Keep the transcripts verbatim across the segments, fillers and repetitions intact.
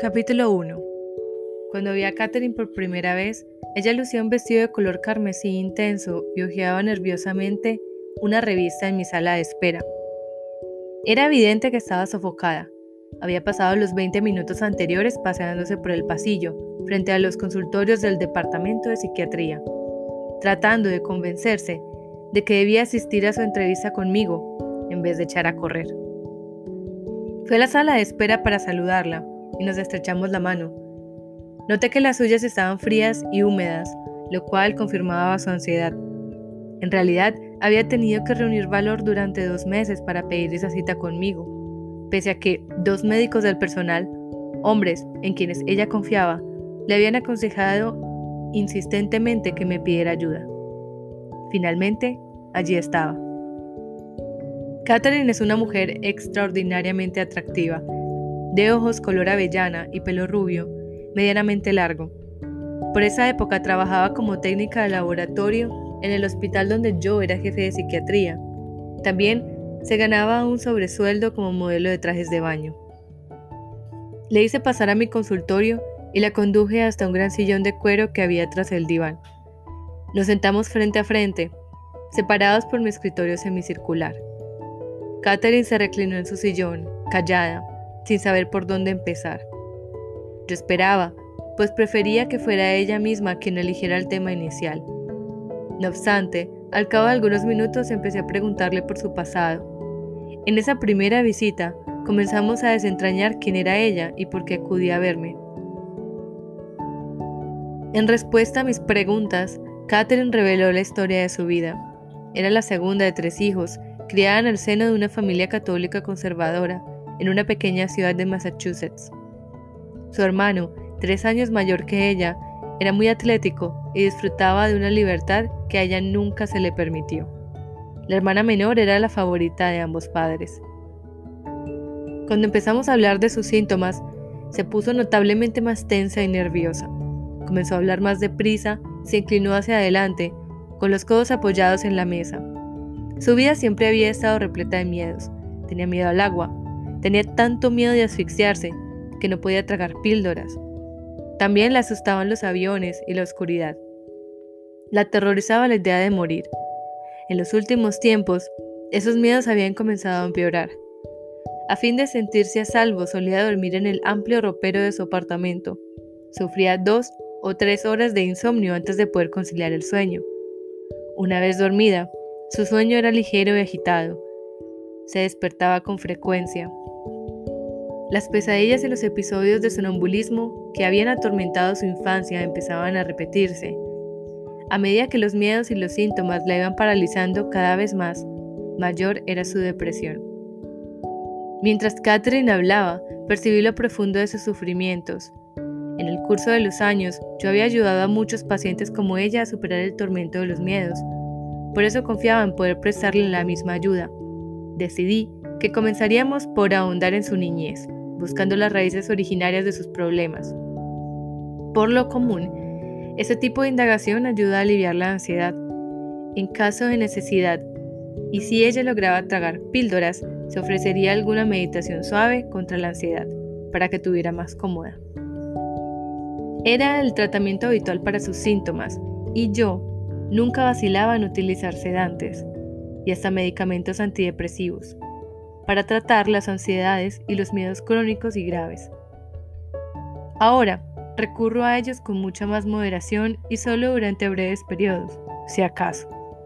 Capítulo uno. Cuando vi a Katherine por primera vez, ella lucía un vestido de color carmesí intenso y hojeaba nerviosamente una revista en mi sala de espera. Era evidente que estaba sofocada. Había pasado los veinte minutos anteriores paseándose por el pasillo, frente a los consultorios del departamento de psiquiatría, tratando de convencerse de que debía asistir a su entrevista conmigo, en vez de echar a correr. Fui a la sala de espera para saludarla, y nos estrechamos la mano. Noté que las suyas estaban frías y húmedas, lo cual confirmaba su ansiedad. En realidad, había tenido que reunir valor durante dos meses para pedir esa cita conmigo, pese a que dos médicos del personal, hombres en quienes ella confiaba, le habían aconsejado insistentemente que me pidiera ayuda. Finalmente, allí estaba. Katherine es una mujer extraordinariamente atractiva, de ojos color avellana y pelo rubio, medianamente largo. Por esa época trabajaba como técnica de laboratorio en el hospital donde yo era jefe de psiquiatría. También se ganaba un sobresueldo como modelo de trajes de baño. Le hice pasar a mi consultorio y la conduje hasta un gran sillón de cuero que había tras el diván. Nos sentamos frente a frente, separados por mi escritorio semicircular. Katherine se reclinó en su sillón, callada, sin saber por dónde empezar. Yo esperaba, pues prefería que fuera ella misma quien eligiera el tema inicial. No obstante, al cabo de algunos minutos empecé a preguntarle por su pasado. En esa primera visita, comenzamos a desentrañar quién era ella y por qué acudía a verme. En respuesta a mis preguntas, Katherine reveló la historia de su vida. Era la segunda de tres hijos, criada en el seno de una familia católica conservadora, en una pequeña ciudad de Massachusetts. Su hermano, tres años mayor que ella, era muy atlético y disfrutaba de una libertad que a ella nunca se le permitió. La hermana menor era la favorita de ambos padres. Cuando empezamos a hablar de sus síntomas, se puso notablemente más tensa y nerviosa. Comenzó a hablar más deprisa, se inclinó hacia adelante, con los codos apoyados en la mesa. Su vida siempre había estado repleta de miedos. Tenía miedo al agua. Tenía tanto miedo de asfixiarse que no podía tragar píldoras. También le asustaban los aviones y la oscuridad. La aterrorizaba la idea de morir. En los últimos tiempos, esos miedos habían comenzado a empeorar. A fin de sentirse a salvo, solía dormir en el amplio ropero de su apartamento. Sufría dos o tres horas de insomnio antes de poder conciliar el sueño. Una vez dormida, su sueño era ligero y agitado. Se despertaba con frecuencia. Las pesadillas y los episodios de sonambulismo que habían atormentado su infancia empezaban a repetirse. A medida que los miedos y los síntomas la iban paralizando cada vez más, mayor era su depresión. Mientras Katherine hablaba, percibí lo profundo de sus sufrimientos. En el curso de los años, yo había ayudado a muchos pacientes como ella a superar el tormento de los miedos. Por eso confiaba en poder prestarle la misma ayuda. Decidí que comenzaríamos por ahondar en su niñez, buscando las raíces originarias de sus problemas. Por lo común, este tipo de indagación ayuda a aliviar la ansiedad, en caso de necesidad, y si ella lograba tragar píldoras, se ofrecería alguna meditación suave contra la ansiedad, para que estuviera más cómoda. Era el tratamiento habitual para sus síntomas, y yo nunca vacilaba en utilizar sedantes, y hasta medicamentos antidepresivos, para tratar las ansiedades y los miedos crónicos y graves. Ahora, recurro a ellos con mucha más moderación y solo durante breves periodos, si acaso.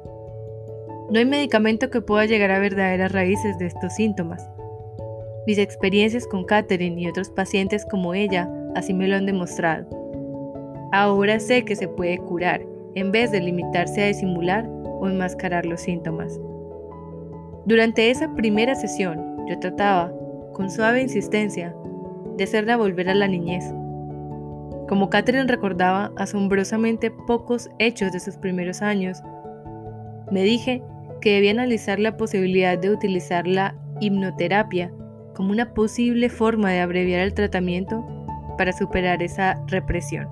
No hay medicamento que pueda llegar a verdaderas raíces de estos síntomas. Mis experiencias con Katherine y otros pacientes como ella así me lo han demostrado. Ahora sé que se puede curar, en vez de limitarse a disimular o enmascarar los síntomas. Durante esa primera sesión, yo trataba, con suave insistencia, de hacerla volver a la niñez. Como Katherine recordaba asombrosamente pocos hechos de sus primeros años, me dije que debía analizar la posibilidad de utilizar la hipnoterapia como una posible forma de abreviar el tratamiento para superar esa represión.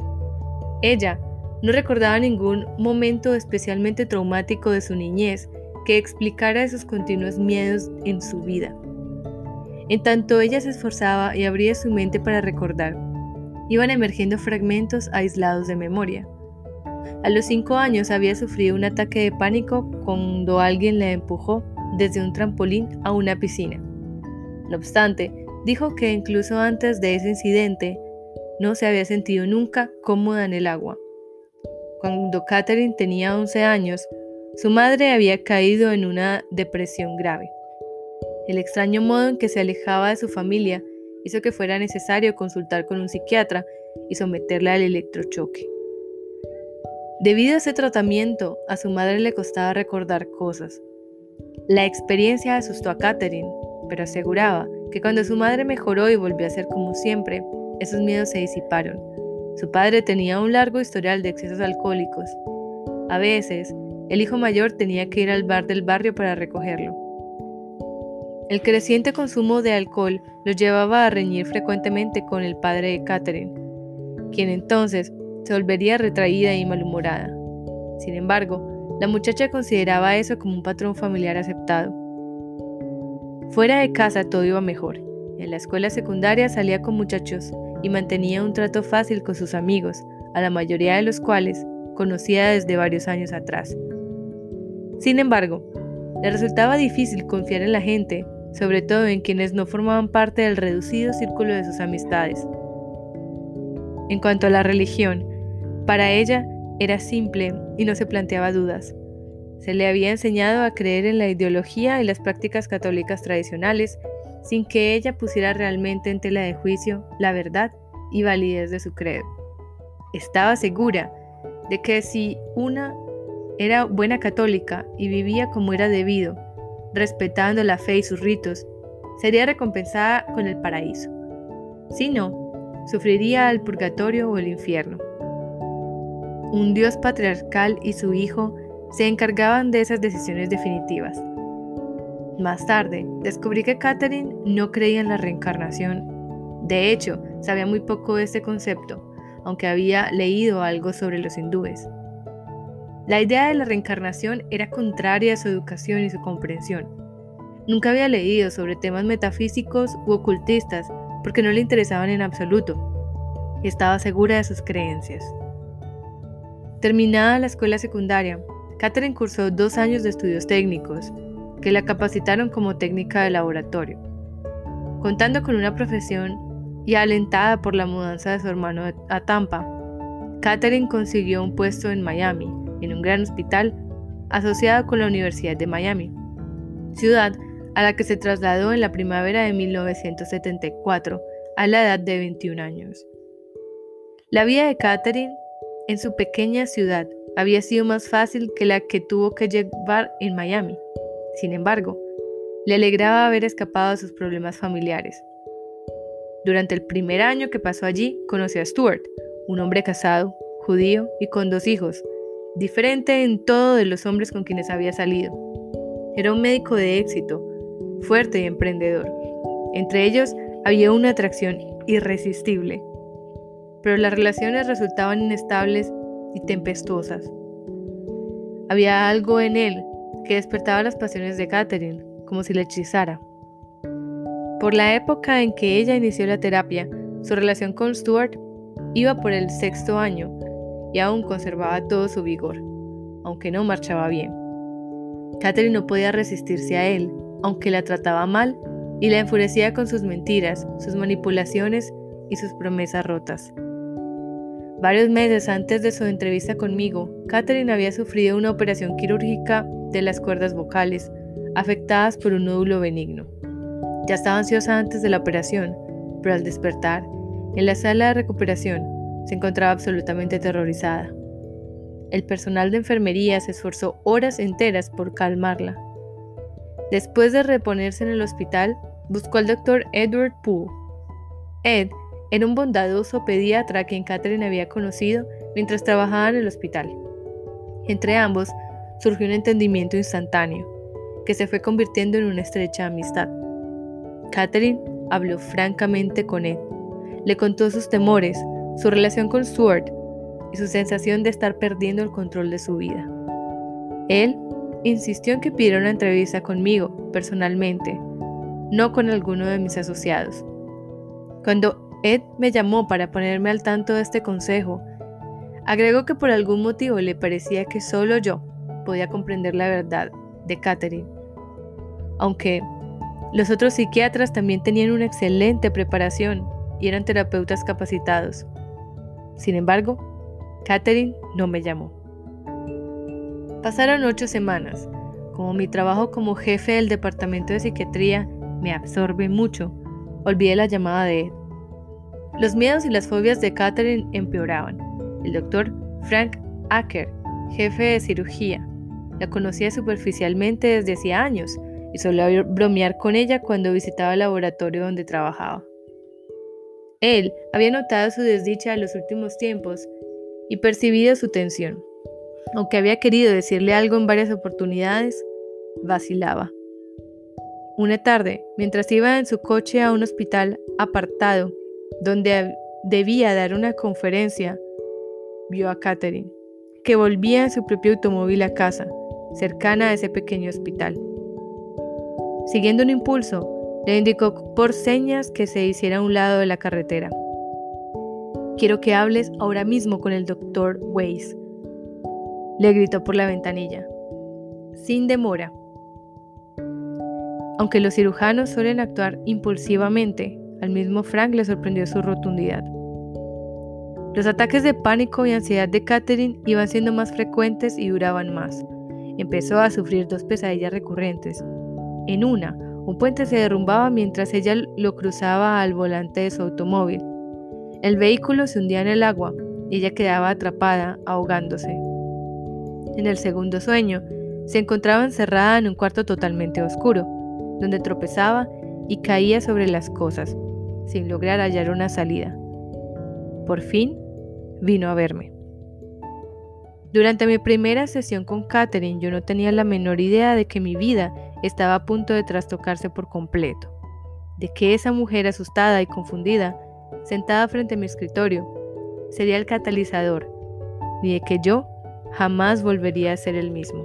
Ella no recordaba ningún momento especialmente traumático de su niñez que explicara esos continuos miedos en su vida. En tanto ella se esforzaba y abría su mente para recordar, iban emergiendo fragmentos aislados de memoria. A los cinco años había sufrido un ataque de pánico cuando alguien la empujó desde un trampolín a una piscina. No obstante, dijo que incluso antes de ese incidente no se había sentido nunca cómoda en el agua. Cuando Katherine tenía once años, su madre había caído en una depresión grave. El extraño modo en que se alejaba de su familia hizo que fuera necesario consultar con un psiquiatra y someterla al electrochoque. Debido a ese tratamiento, a su madre le costaba recordar cosas. La experiencia asustó a Katherine, pero aseguraba que cuando su madre mejoró y volvió a ser como siempre, esos miedos se disiparon. Su padre tenía un largo historial de excesos alcohólicos. A veces, el hijo mayor tenía que ir al bar del barrio para recogerlo. El creciente consumo de alcohol los llevaba a reñir frecuentemente con el padre de Katherine, quien entonces se volvería retraída y malhumorada. Sin embargo, la muchacha consideraba eso como un patrón familiar aceptado. Fuera de casa todo iba mejor. En la escuela secundaria salía con muchachos y mantenía un trato fácil con sus amigos, a la mayoría de los cuales conocía desde varios años atrás. Sin embargo, le resultaba difícil confiar en la gente, sobre todo en quienes no formaban parte del reducido círculo de sus amistades. En cuanto a la religión, para ella era simple y no se planteaba dudas. Se le había enseñado a creer en la ideología y las prácticas católicas tradicionales, sin que ella pusiera realmente en tela de juicio la verdad y validez de su credo. Estaba segura de que si una era buena católica y vivía como era debido, respetando la fe y sus ritos, sería recompensada con el paraíso. Si no, sufriría el purgatorio o el infierno. Un Dios patriarcal y su hijo se encargaban de esas decisiones definitivas. Más tarde, descubrí que Katherine no creía en la reencarnación. De hecho, sabía muy poco de este concepto, aunque había leído algo sobre los hindúes. La idea de la reencarnación era contraria a su educación y su comprensión. Nunca había leído sobre temas metafísicos u ocultistas porque no le interesaban en absoluto. Estaba segura de sus creencias. Terminada la escuela secundaria, Katherine cursó dos años de estudios técnicos, que la capacitaron como técnica de laboratorio. Contando con una profesión y alentada por la mudanza de su hermano a Tampa, Katherine consiguió un puesto en Miami, en un gran hospital asociado con la Universidad de Miami, ciudad a la que se trasladó en la primavera de mil novecientos setenta y cuatro a la edad de veintiún años. La vida de Katherine en su pequeña ciudad había sido más fácil que la que tuvo que llevar en Miami. Sin embargo, le alegraba haber escapado de sus problemas familiares. Durante el primer año que pasó allí, conoció a Stuart, un hombre casado, judío y con dos hijos, diferente en todo de los hombres con quienes había salido. Era un médico de éxito, fuerte y emprendedor. Entre ellos había una atracción irresistible, pero las relaciones resultaban inestables y tempestuosas. Había algo en él que despertaba las pasiones de Katherine, como si la hechizara. Por la época en que ella inició la terapia, su relación con Stuart iba por el sexto año y aún conservaba todo su vigor, aunque no marchaba bien. Katherine no podía resistirse a él, aunque la trataba mal y la enfurecía con sus mentiras, sus manipulaciones y sus promesas rotas. Varios meses antes de su entrevista conmigo, Katherine había sufrido una operación quirúrgica de las cuerdas vocales, afectadas por un nódulo benigno. Ya estaba ansiosa antes de la operación, pero al despertar, en la sala de recuperación, se encontraba absolutamente aterrorizada. El personal de enfermería se esforzó horas enteras por calmarla. Después de reponerse en el hospital, buscó al doctor Edward Poole. Ed era un bondadoso pediatra a quien Katherine había conocido mientras trabajaba en el hospital. Entre ambos surgió un entendimiento instantáneo, que se fue convirtiendo en una estrecha amistad. Katherine habló francamente con Ed. Le contó sus temores, su relación con Stuart y su sensación de estar perdiendo el control de su vida. Él insistió en que pidiera una entrevista conmigo, personalmente, no con alguno de mis asociados. Cuando Ed me llamó para ponerme al tanto de este consejo, agregó que por algún motivo le parecía que solo yo podía comprender la verdad de Catherine, aunque los otros psiquiatras también tenían una excelente preparación y eran terapeutas capacitados. Sin embargo, Catherine no me llamó. Pasaron ocho semanas. Como mi trabajo como jefe del departamento de psiquiatría me absorbe mucho, olvidé la llamada de Ed. Los miedos y las fobias de Catherine empeoraban. El doctor Frank Acker, jefe de cirugía, la conocía superficialmente desde hacía años y solía bromear con ella cuando visitaba el laboratorio donde trabajaba. Él había notado su desdicha en los últimos tiempos y percibido su tensión. Aunque había querido decirle algo en varias oportunidades, vacilaba. Una tarde, mientras iba en su coche a un hospital apartado, donde debía dar una conferencia, vio a Catherine, que volvía en su propio automóvil a casa, cercana a ese pequeño hospital. Siguiendo un impulso, le indicó por señas que se hiciera a un lado de la carretera. «Quiero que hables ahora mismo con el doctor Weiss», le gritó por la ventanilla. «Sin demora». Aunque los cirujanos suelen actuar impulsivamente, al mismo Frank le sorprendió su rotundidad. Los ataques de pánico y ansiedad de Catherine iban siendo más frecuentes y duraban más. Empezó a sufrir dos pesadillas recurrentes. En una, un puente se derrumbaba mientras ella lo cruzaba al volante de su automóvil. El vehículo se hundía en el agua y ella quedaba atrapada, ahogándose. En el segundo sueño, se encontraba encerrada en un cuarto totalmente oscuro, donde tropezaba y caía sobre las cosas, sin lograr hallar una salida. Por fin, vino a verme. Durante mi primera sesión con Catherine, yo no tenía la menor idea de que mi vida estaba a punto de trastocarse por completo, de que esa mujer asustada y confundida, sentada frente a mi escritorio, sería el catalizador, ni de que yo jamás volvería a ser el mismo.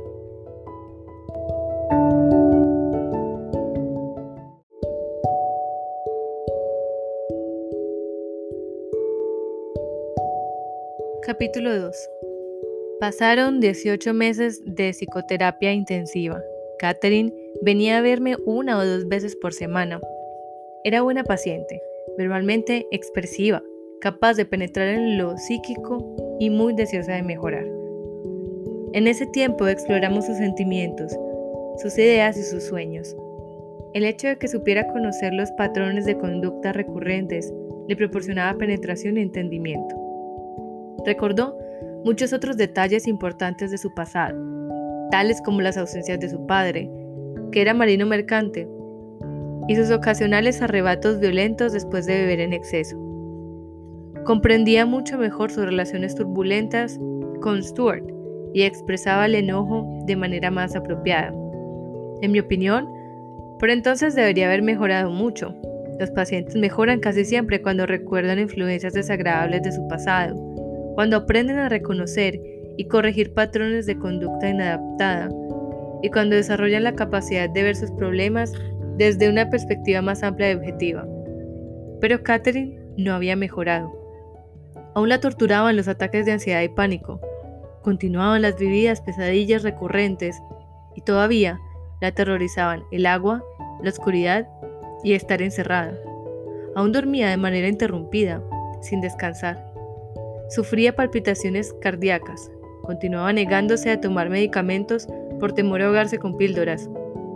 Capítulo dos. Pasaron dieciocho meses de psicoterapia intensiva. Catherine venía a verme una o dos veces por semana. Era buena paciente, verbalmente expresiva, capaz de penetrar en lo psíquico y muy deseosa de mejorar. En ese tiempo exploramos sus sentimientos, sus ideas y sus sueños. El hecho de que supiera conocer los patrones de conducta recurrentes le proporcionaba penetración y entendimiento. Recordó muchos otros detalles importantes de su pasado, tales como las ausencias de su padre, que era marino mercante, y sus ocasionales arrebatos violentos después de beber en exceso. Comprendía mucho mejor sus relaciones turbulentas con Stuart y expresaba el enojo de manera más apropiada. En mi opinión, por entonces debería haber mejorado mucho. Los pacientes mejoran casi siempre cuando recuerdan influencias desagradables de su pasado, cuando aprenden a reconocer y corregir patrones de conducta inadaptada, y cuando desarrollan la capacidad de ver sus problemas desde una perspectiva más amplia y objetiva. Pero Catherine no había mejorado. Aún la torturaban los ataques de ansiedad y pánico, continuaban las vividas pesadillas recurrentes y todavía la aterrorizaban el agua, la oscuridad y estar encerrada. Aún dormía de manera interrumpida, sin descansar. Sufría palpitaciones cardíacas, continuaba negándose a tomar medicamentos por temor a ahogarse con píldoras.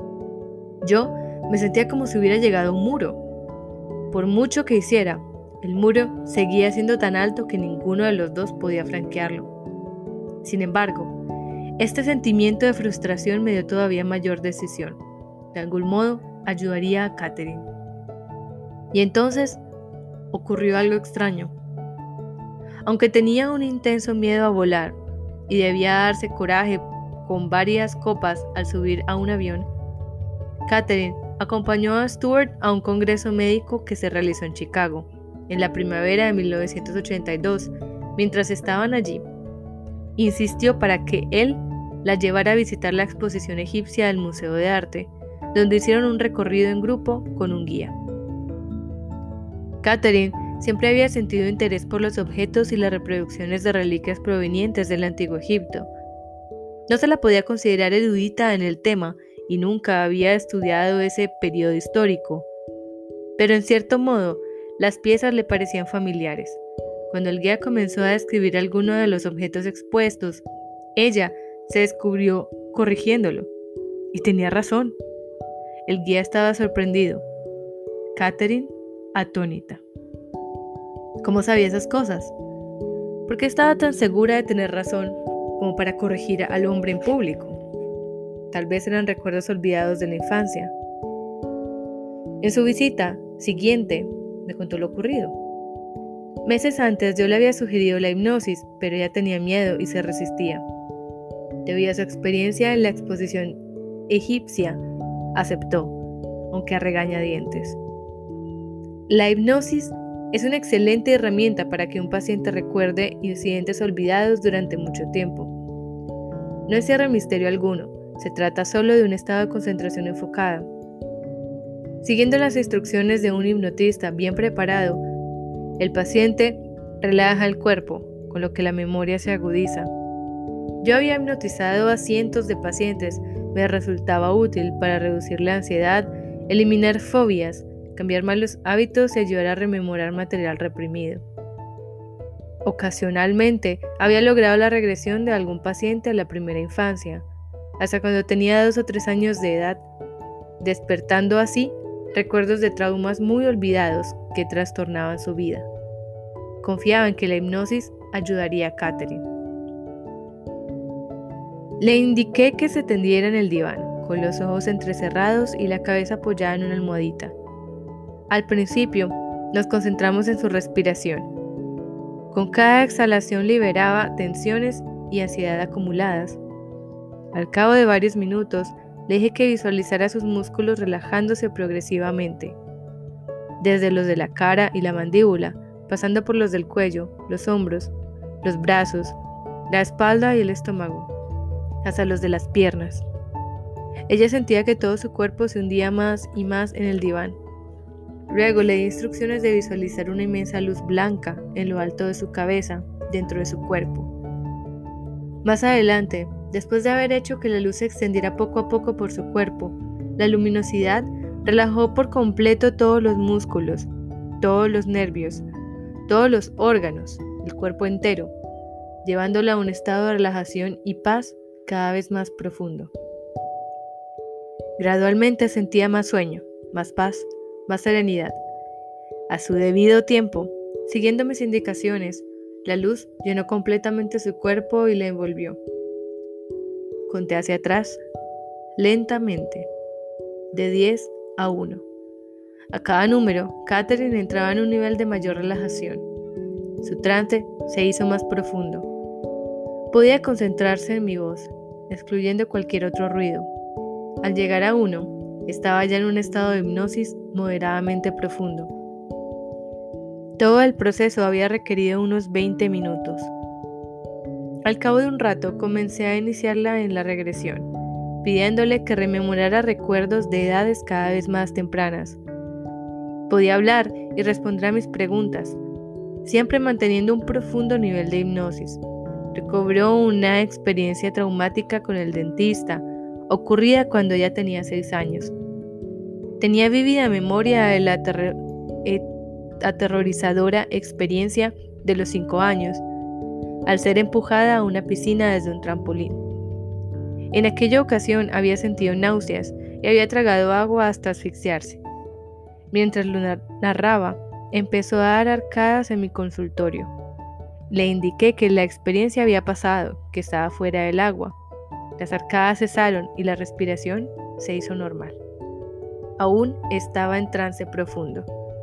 Yo me sentía como si hubiera llegado a un muro. Por mucho que hiciera, el muro seguía siendo tan alto que ninguno de los dos podía franquearlo. Sin embargo, este sentimiento de frustración me dio todavía mayor decisión. De algún modo, ayudaría a Catherine. Y entonces, ocurrió algo extraño. Aunque tenía un intenso miedo a volar y debía darse coraje con varias copas al subir a un avión, Catherine acompañó a Stuart a un congreso médico que se realizó en Chicago, en la primavera de mil novecientos ochenta y dos. Mientras estaban allí, insistió para que él la llevara a visitar la exposición egipcia del Museo de Arte, donde hicieron un recorrido en grupo con un guía. Catherine siempre había sentido interés por los objetos y las reproducciones de reliquias provenientes del Antiguo Egipto. No se la podía considerar erudita en el tema y nunca había estudiado ese periodo histórico, pero en cierto modo las piezas le parecían familiares. Cuando el guía comenzó a describir alguno de los objetos expuestos, ella se descubrió corrigiéndolo, y tenía razón. El guía estaba sorprendido, Catherine atónita. ¿Cómo sabía esas cosas? ¿Por qué estaba tan segura de tener razón como para corregir al hombre en público? Tal vez eran recuerdos olvidados de la infancia. En su visita siguiente, me contó lo ocurrido. Meses antes yo le había sugerido la hipnosis, pero ella tenía miedo y se resistía. Debido a su experiencia en la exposición egipcia, aceptó, aunque a regañadientes. La hipnosis es una excelente herramienta para que un paciente recuerde incidentes olvidados durante mucho tiempo. No encierra misterio alguno, se trata solo de un estado de concentración enfocada. Siguiendo las instrucciones de un hipnotista bien preparado, el paciente relaja el cuerpo, con lo que la memoria se agudiza. Yo había hipnotizado a cientos de pacientes, me resultaba útil para reducir la ansiedad, eliminar fobias, cambiar malos hábitos y ayudar a rememorar material reprimido. Ocasionalmente había logrado la regresión de algún paciente a la primera infancia, hasta cuando tenía dos o tres años de edad, despertando así recuerdos de traumas muy olvidados que trastornaban su vida. Confiaba en que la hipnosis ayudaría a Catherine. Le indiqué que se tendiera en el diván, con los ojos entrecerrados y la cabeza apoyada en una almohadita. Al principio, nos concentramos en su respiración. Con cada exhalación liberaba tensiones y ansiedad acumuladas. Al cabo de varios minutos, le dije que visualizara sus músculos relajándose progresivamente, desde los de la cara y la mandíbula, pasando por los del cuello, los hombros, los brazos, la espalda y el estómago, hasta los de las piernas. Ella sentía que todo su cuerpo se hundía más y más en el diván. Luego le di instrucciones de visualizar una inmensa luz blanca en lo alto de su cabeza, dentro de su cuerpo. Más adelante, después de haber hecho que la luz se extendiera poco a poco por su cuerpo, la luminosidad relajó por completo todos los músculos, todos los nervios, todos los órganos, el cuerpo entero, llevándola a un estado de relajación y paz cada vez más profundo. Gradualmente sentía más sueño, más paz, más serenidad. A su debido tiempo, siguiendo mis indicaciones, la luz llenó completamente su cuerpo y la envolvió. Conté hacia atrás, lentamente, de diez a uno. A cada número, Catherine entraba en un nivel de mayor relajación. Su trance se hizo más profundo. Podía concentrarse en mi voz, excluyendo cualquier otro ruido. Al llegar a uno, estaba ya en un estado de hipnosis moderadamente profundo. Todo el proceso había requerido unos veinte minutos. Al cabo de un rato comencé a iniciarla en la regresión, pidiéndole que rememorara recuerdos de edades cada vez más tempranas. Podía hablar y responder a mis preguntas, siempre manteniendo un profundo nivel de hipnosis. Recobró una experiencia traumática con el dentista, ocurrida cuando ella tenía seis años. Tenía vívida memoria de la aterr- aterrorizadora experiencia de los cinco años, al ser empujada a una piscina desde un trampolín. En aquella ocasión había sentido náuseas y había tragado agua hasta asfixiarse. Mientras lo narraba, empezó a dar arcadas en mi consultorio. Le indiqué que la experiencia había pasado, que estaba fuera del agua. Las arcadas cesaron y la respiración se hizo normal. Aún estaba en trance profundo.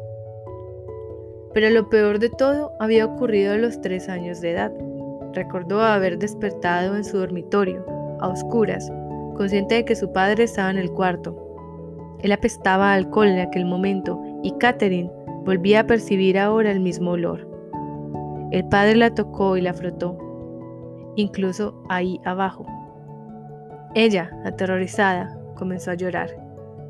Pero lo peor de todo había ocurrido a los tres años de edad. Recordó haber despertado en su dormitorio, a oscuras, consciente de que su padre estaba en el cuarto. Él apestaba a alcohol en aquel momento y Catherine volvía a percibir ahora el mismo olor. El padre la tocó y la frotó, incluso ahí abajo. Ella, aterrorizada, comenzó a llorar.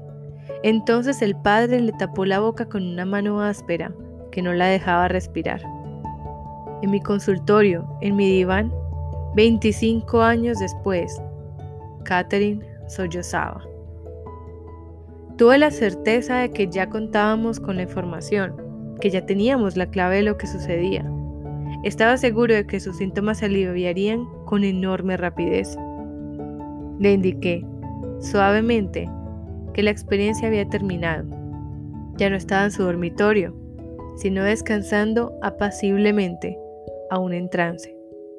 Entonces el padre le tapó la boca con una mano áspera que no la dejaba respirar. En mi consultorio, en mi diván, veinticinco años después, Catherine sollozaba. Tuve la certeza de que ya contábamos con la información, que ya teníamos la clave de lo que sucedía. Estaba seguro de que sus síntomas se aliviarían con enorme rapidez. Le indiqué, suavemente, que la experiencia había terminado. Ya no estaba en su dormitorio, sino descansando apaciblemente, aún en trance.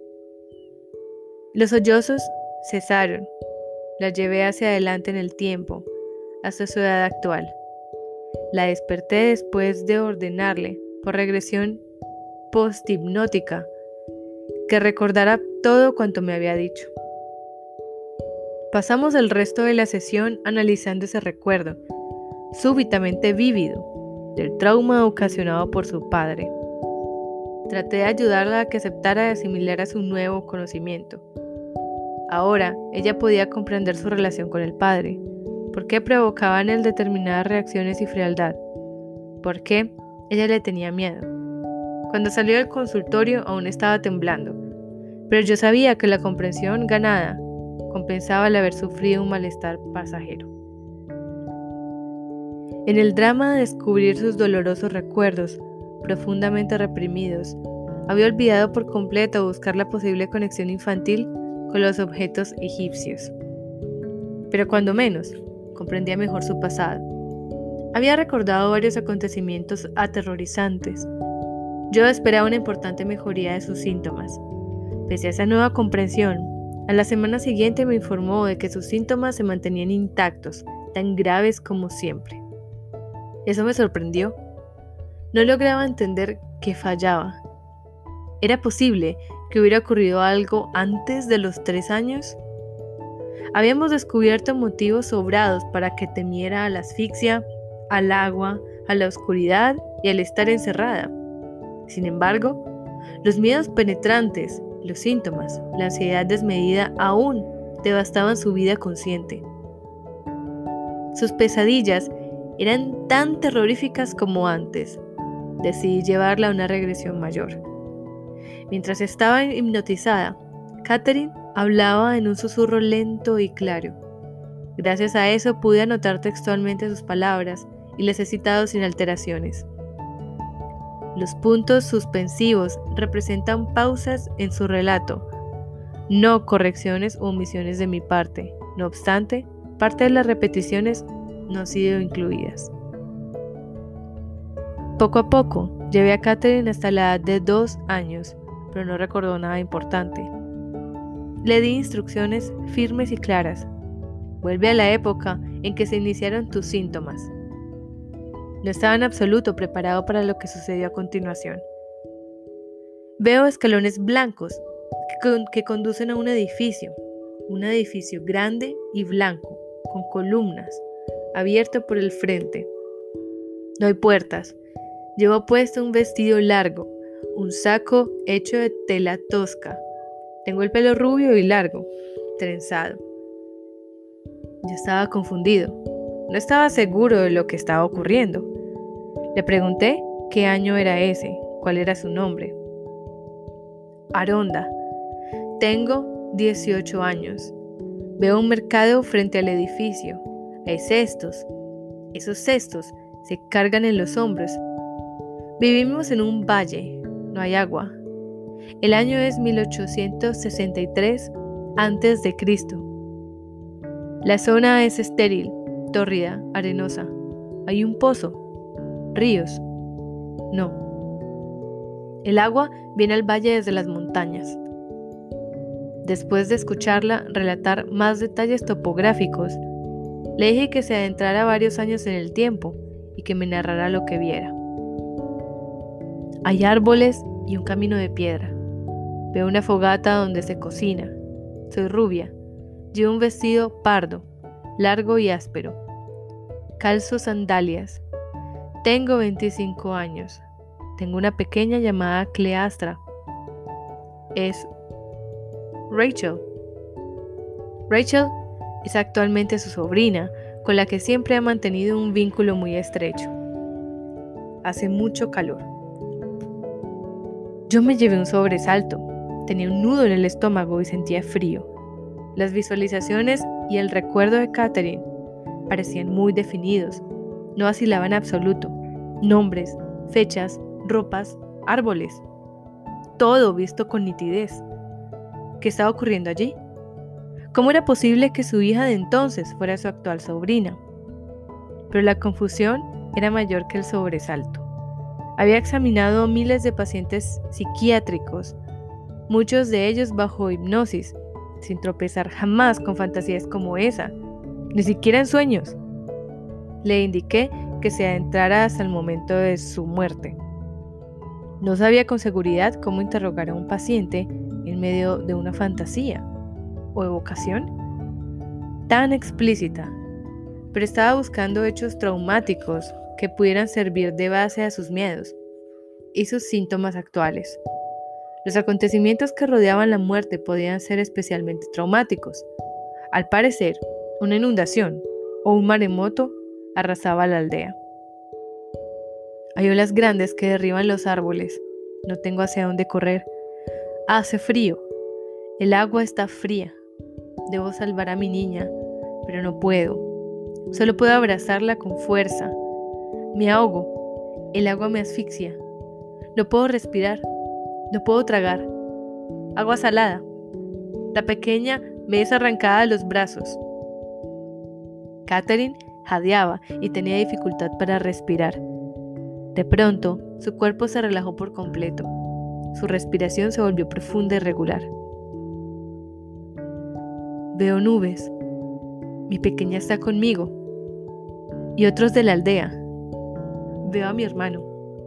Los sollozos cesaron. La llevé hacia adelante en el tiempo, hasta su edad actual. La desperté después de ordenarle, por regresión posthipnótica, que recordara todo cuanto me había dicho. Pasamos el resto de la sesión analizando ese recuerdo, súbitamente vívido, del trauma ocasionado por su padre. Traté de ayudarla a que aceptara y asimilara su nuevo conocimiento. Ahora, ella podía comprender su relación con el padre, por qué provocaba en él determinadas reacciones y frialdad, por qué ella le tenía miedo. Cuando salió del consultorio aún estaba temblando, pero yo sabía que la comprensión ganada compensaba el haber sufrido un malestar pasajero. En el drama de descubrir sus dolorosos recuerdos, profundamente reprimidos, había olvidado por completo buscar la posible conexión infantil con los objetos egipcios. Pero cuando menos, comprendía mejor su pasado. Había recordado varios acontecimientos aterrorizantes. Yo esperaba una importante mejoría de sus síntomas. Pese a esa nueva comprensión, a la semana siguiente me informó de que sus síntomas se mantenían intactos, tan graves como siempre. Eso me sorprendió. No lograba entender qué fallaba. ¿Era posible que hubiera ocurrido algo antes de los tres años? Habíamos descubierto motivos sobrados para que temiera a la asfixia, al agua, a la oscuridad y al estar encerrada. Sin embargo, los miedos penetrantes, los síntomas, la ansiedad desmedida aún devastaban su vida consciente. Sus pesadillas eran tan terroríficas como antes. Decidí llevarla a una regresión mayor. Mientras estaba hipnotizada, Catherine hablaba en un susurro lento y claro. Gracias a eso pude anotar textualmente sus palabras y las he citado sin alteraciones. Los puntos suspensivos representan pausas en su relato, no correcciones u omisiones de mi parte. No obstante, parte de las repeticiones no han sido incluidas. Poco a poco, llevé a Catherine hasta la edad de dos años, pero no recordó nada importante. Le di instrucciones firmes y claras. Vuelve a la época en que se iniciaron tus síntomas. No estaba en absoluto preparado para lo que sucedió a continuación. Veo escalones blancos que, con, que conducen a un edificio, un edificio grande y blanco, con columnas, abierto por el frente. No hay puertas. Llevo puesto un vestido largo, un saco hecho de tela tosca. Tengo el pelo rubio y largo, trenzado. Yo estaba confundido. No estaba seguro de lo que estaba ocurriendo. Le pregunté qué año era ese, cuál era su nombre. Aronda. Tengo dieciocho años. Veo un mercado frente al edificio. Hay cestos. Esos cestos se cargan en los hombros. Vivimos en un valle. No hay agua. El año es mil ochocientos sesenta y tres antes de Cristo. La zona es estéril, tórrida, arenosa. Hay un pozo. Ríos. No. El agua viene al valle desde las montañas. Después de escucharla relatar más detalles topográficos, le dije que se adentrara varios años en el tiempo y que me narrara lo que viera. Hay árboles y un camino de piedra. Veo una fogata donde se cocina. Soy rubia. Llevo un vestido pardo, largo y áspero. Calzo sandalias. Tengo veinticinco años. Tengo una pequeña llamada Cleastra. Es Rachel. Rachel es actualmente su sobrina, con la que siempre ha mantenido un vínculo muy estrecho. Hace mucho calor. Yo me llevé un sobresalto. Tenía un nudo en el estómago y sentía frío. Las visualizaciones y el recuerdo de Catherine parecían muy definidos. No vacilaban en absoluto. Nombres, fechas, ropas, árboles. Todo visto con nitidez. ¿Qué estaba ocurriendo allí? ¿Cómo era posible que su hija de entonces fuera su actual sobrina? Pero la confusión era mayor que el sobresalto. Había examinado a miles de pacientes psiquiátricos, muchos de ellos bajo hipnosis, sin tropezar jamás con fantasías como esa, ni siquiera en sueños. Le indiqué que se adentrara hasta el momento de su muerte. No sabía con seguridad cómo interrogar a un paciente en medio de una fantasía o evocación tan explícita, pero estaba buscando hechos traumáticos que pudieran servir de base a sus miedos y sus síntomas actuales. Los acontecimientos que rodeaban la muerte podían ser especialmente traumáticos. Al parecer, una inundación o un maremoto arrasaba la aldea. Hay olas grandes que derriban los árboles. No tengo hacia dónde correr. Hace frío. El agua está fría. Debo salvar a mi niña, pero no puedo. Solo puedo abrazarla con fuerza. Me ahogo. El agua me asfixia. No puedo respirar. No puedo tragar. Agua salada. La pequeña me es arrancada de los brazos. Catherine jadeaba y tenía dificultad para respirar. De pronto, su cuerpo se relajó por completo. Su respiración se volvió profunda y regular. Veo nubes. Mi pequeña está conmigo. Y otros de la aldea. Veo a mi hermano.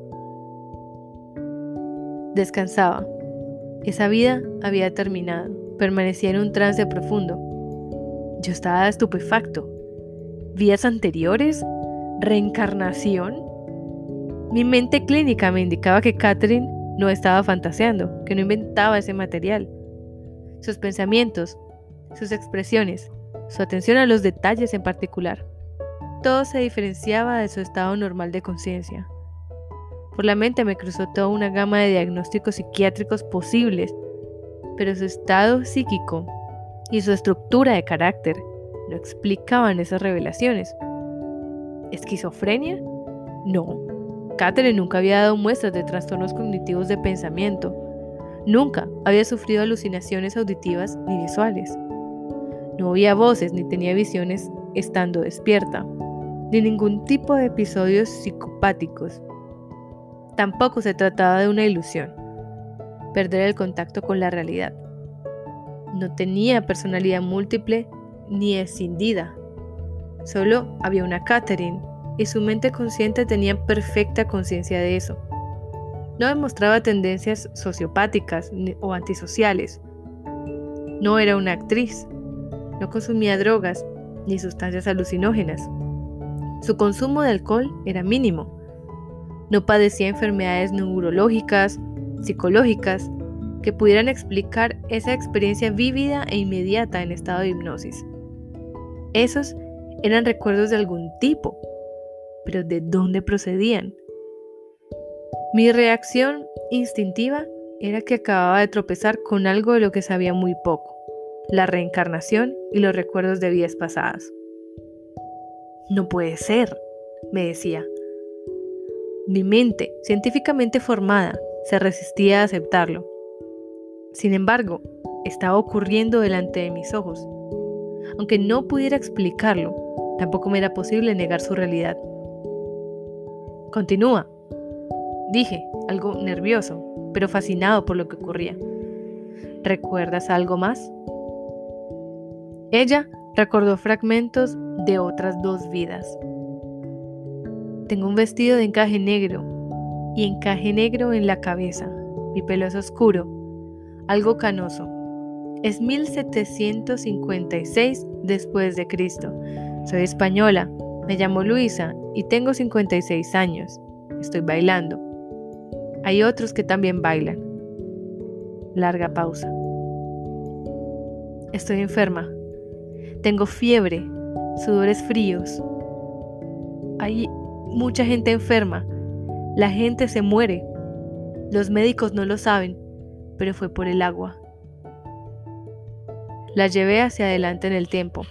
Descansaba. Esa vida había terminado. Permanecía en un trance profundo. Yo estaba estupefacto. ¿Vidas anteriores? ¿Reencarnación? Mi mente clínica me indicaba que Catherine no estaba fantaseando, que no inventaba ese material. Sus pensamientos, sus expresiones, su atención a los detalles en particular, todo se diferenciaba de su estado normal de conciencia. Por la mente me cruzó toda una gama de diagnósticos psiquiátricos posibles, pero su estado psíquico y su estructura de carácter no explicaban esas revelaciones. ¿Esquizofrenia? No. Catherine nunca había dado muestras de trastornos cognitivos de pensamiento. Nunca había sufrido alucinaciones auditivas ni visuales. No oía voces ni tenía visiones estando despierta, ni ningún tipo de episodios psicopáticos. Tampoco se trataba de una ilusión, perder el contacto con la realidad. No tenía personalidad múltiple ni escindida. Solo había una Catherine y su mente consciente tenía perfecta conciencia de eso. No demostraba tendencias sociopáticas o antisociales. No era una actriz. No consumía drogas ni sustancias alucinógenas. Su consumo de alcohol era mínimo. No padecía enfermedades neurológicas, psicológicas, que pudieran explicar esa experiencia vívida e inmediata en estado de hipnosis. Esos eran recuerdos de algún tipo, pero ¿de dónde procedían? Mi reacción instintiva era que acababa de tropezar con algo de lo que sabía muy poco: la reencarnación y los recuerdos de vidas pasadas. No puede ser, me decía. Mi mente, científicamente formada, se resistía a aceptarlo. Sin embargo, estaba ocurriendo delante de mis ojos. Aunque no pudiera explicarlo, tampoco me era posible negar su realidad. Continúa, dije, algo nervioso, pero fascinado por lo que ocurría. ¿Recuerdas algo más? Ella recordó fragmentos de otras dos vidas. Tengo un vestido de encaje negro y encaje negro en la cabeza. Mi pelo es oscuro, algo canoso. Es mil setecientos cincuenta y seis después de Cristo. Soy española, me llamo Luisa y tengo cincuenta y seis años. Estoy bailando. Hay otros que también bailan. Larga pausa. Estoy enferma. Tengo fiebre. sudores fríos. Hay mucha gente enferma. La gente se muere. Los médicos no lo saben, pero fue por el agua. La llevé hacia adelante en el tiempo.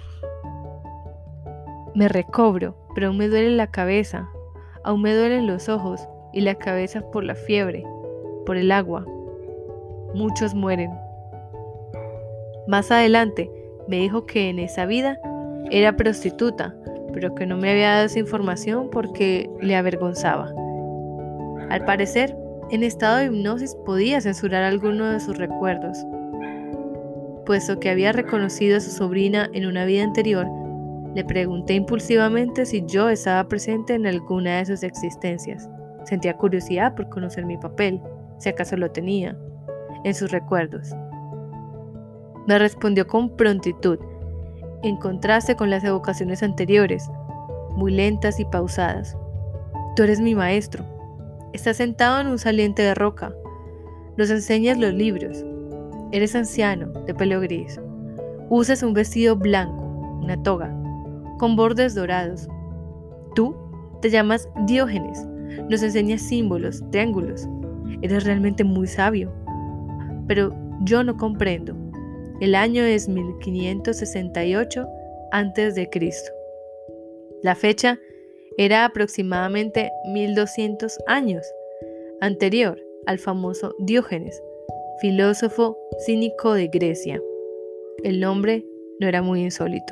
Me recobro, pero aún me duele la cabeza, aún me duelen los ojos y la cabeza por la fiebre, por el agua. Muchos mueren. Más adelante me dijo que en esa vida era prostituta, pero que no me había dado esa información porque le avergonzaba. Al parecer, en estado de hipnosis podía censurar alguno de sus recuerdos. Puesto que había reconocido a su sobrina en una vida anterior, le pregunté impulsivamente si yo estaba presente en alguna de sus existencias. Sentía curiosidad por conocer mi papel, si acaso lo tenía, en sus recuerdos. Me respondió con prontitud, en contraste con las evocaciones anteriores, muy lentas y pausadas. Tú eres mi maestro. Estás sentado en un saliente de roca. Nos enseñas los libros. Eres anciano, de pelo gris. Usas un vestido blanco, una toga, con bordes dorados. Tú te llamas Diógenes. Nos enseñas símbolos, triángulos. Eres realmente muy sabio. Pero yo no comprendo. El año es mil quinientos sesenta y ocho antes de Cristo. La fecha era aproximadamente mil doscientos años anterior al famoso Diógenes, filósofo cínico de Grecia. El nombre no era muy insólito.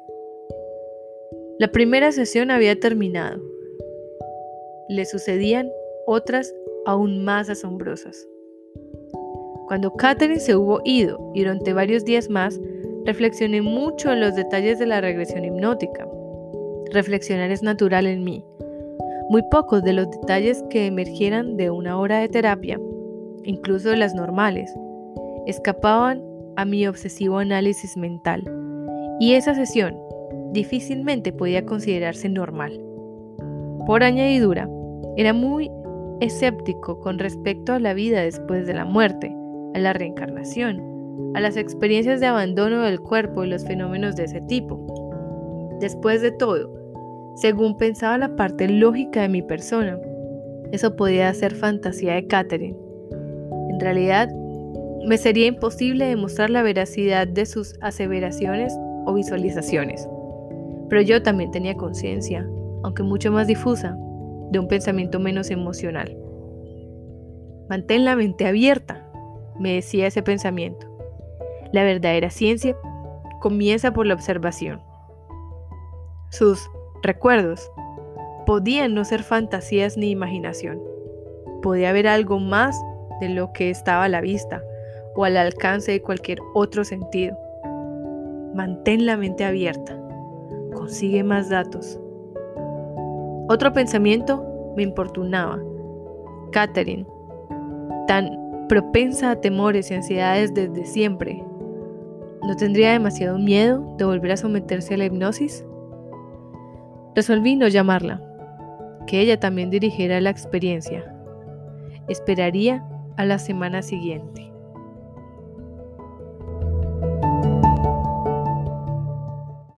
La primera sesión había terminado. Le sucedían otras aún más asombrosas. Cuando Catherine se hubo ido y durante varios días más, reflexioné mucho en los detalles de la regresión hipnótica. Reflexionar es natural en mí. Muy pocos de los detalles que emergieran de una hora de terapia, incluso de las normales, escapaban a mi obsesivo análisis mental, y esa sesión difícilmente podía considerarse normal. Por añadidura, era muy escéptico con respecto a la vida después de la muerte, a la reencarnación, a las experiencias de abandono del cuerpo y los fenómenos de ese tipo. Después de todo, según pensaba la parte lógica de mi persona, eso podía ser fantasía de Catherine. En realidad, me sería imposible demostrar la veracidad de sus aseveraciones o visualizaciones. Pero yo también tenía conciencia, aunque mucho más difusa, de un pensamiento menos emocional. Mantén la mente abierta, me decía ese pensamiento. La verdadera ciencia comienza por la observación. Sus recuerdos podían no ser fantasías ni imaginación. Podía haber algo más de lo que estaba a la vista o al alcance de cualquier otro sentido. Mantén la mente abierta. Consigue más datos. Otro pensamiento me importunaba. Catherine, tan propensa a temores y ansiedades desde siempre, ¿no tendría demasiado miedo de volver a someterse a la hipnosis? Resolví no llamarla, que ella también dirigiera la experiencia. Esperaría a la semana siguiente.